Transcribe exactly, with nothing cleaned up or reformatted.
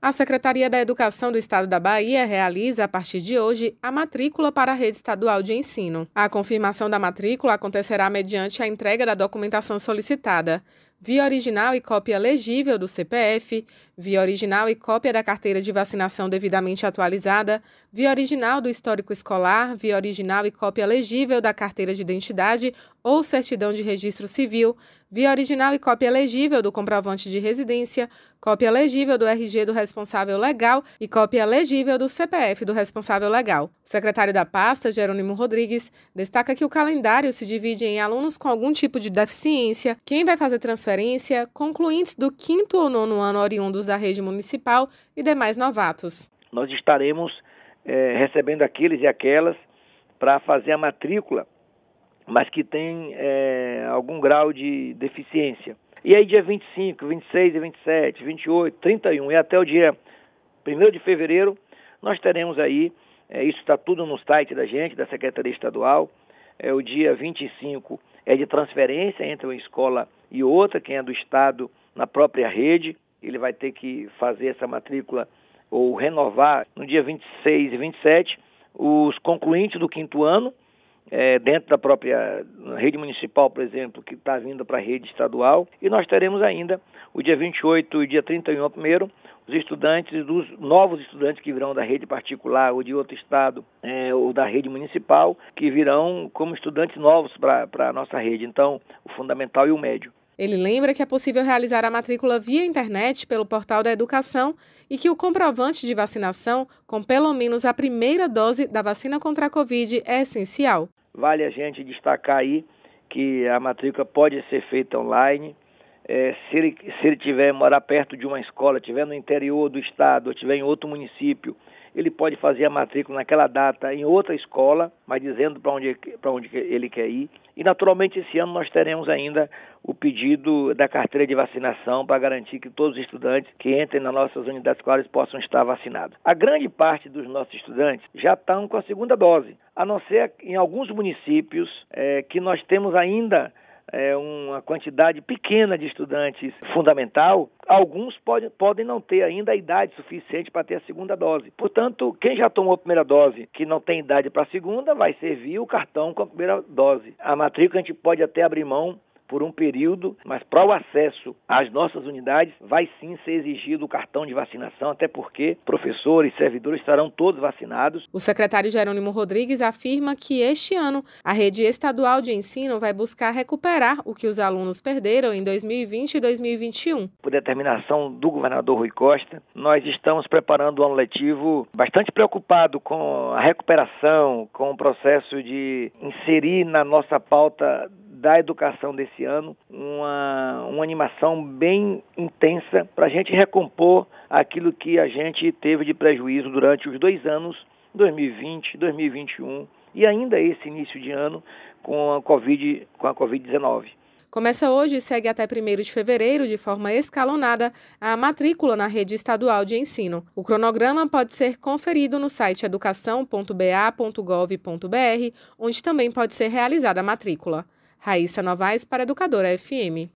A Secretaria da Educação do Estado da Bahia realiza, a partir de hoje, a matrícula para a rede estadual de ensino. A confirmação da matrícula acontecerá mediante a entrega da documentação solicitada, via original e cópia legível do C P F, via original e cópia da carteira de vacinação devidamente atualizada, via original do histórico escolar, via original e cópia legível da carteira de identidade ou certidão de registro civil, via original e cópia legível do comprovante de residência, cópia legível do R G do responsável legal e cópia legível do C P F do responsável legal. O secretário da pasta, Jerônimo Rodrigues, destaca que o calendário se divide em alunos com algum tipo de deficiência, quem vai fazer transferência, concluintes do quinto ou nono ano oriundos da rede municipal e demais novatos. Nós estaremos é, recebendo aqueles e aquelas para fazer a matrícula, mas que tem é, algum grau de deficiência. E aí dia vinte e cinco, vinte e seis, vinte e sete, vinte e oito, trinta e um e até o dia primeiro de fevereiro, nós teremos aí, é, isso está tudo no site da gente, da Secretaria Estadual, é, o dia vinte e cinco é de transferência entre uma escola e outra, quem é do Estado na própria rede, ele vai ter que fazer essa matrícula ou renovar no dia vinte e seis e vinte e sete, os concluintes do quinto ano, É, dentro da própria rede municipal, por exemplo, que está vindo para a rede estadual. E nós teremos ainda, o dia vinte e oito e dia trinta e um, primeiro, os estudantes, dos novos estudantes que virão da rede particular ou de outro estado, é, ou da rede municipal, que virão como estudantes novos para a nossa rede. Então, o fundamental e o médio. Ele lembra que é possível realizar a matrícula via internet pelo portal da educação e que o comprovante de vacinação com pelo menos a primeira dose da vacina contra a Covid é essencial. Vale a gente destacar aí que a matrícula pode ser feita online. É, se ele se ele tiver morar perto de uma escola, estiver no interior do estado ou estiver em outro município, ele pode fazer a matrícula naquela data em outra escola, mas dizendo para onde, para onde ele quer ir. E, naturalmente, esse ano nós teremos ainda o pedido da carteira de vacinação para garantir que todos os estudantes que entrem nas nossas unidades escolares possam estar vacinados. A grande parte dos nossos estudantes já estão com a segunda dose, a não ser em alguns municípios é, que nós temos ainda É uma quantidade pequena de estudantes fundamental, alguns pode, podem não ter ainda a idade suficiente para ter a segunda dose. Portanto, quem já tomou a primeira dose, que não tem idade para a segunda, vai servir o cartão com a primeira dose. A matrícula a gente pode até abrir mão por um período, mas para o acesso às nossas unidades vai sim ser exigido o cartão de vacinação, até porque professores e servidores estarão todos vacinados. O secretário Jerônimo Rodrigues afirma que este ano a rede estadual de ensino vai buscar recuperar o que os alunos perderam em dois mil e vinte e dois mil e vinte e um. Por determinação do governador Rui Costa, nós estamos preparando um ano letivo bastante preocupado com a recuperação, com o processo de inserir na nossa pauta da educação desse ano, uma, uma animação bem intensa para a gente recompor aquilo que a gente teve de prejuízo durante os dois anos, dois mil e vinte, dois mil e vinte e um e ainda esse início de ano com a Covid, com a covid dezenove. Começa hoje e segue até primeiro de fevereiro, de forma escalonada, a matrícula na rede estadual de ensino. O cronograma pode ser conferido no site educação ponto b a ponto gov ponto b r, onde também pode ser realizada a matrícula. Raíssa Novaes para Educadora F M.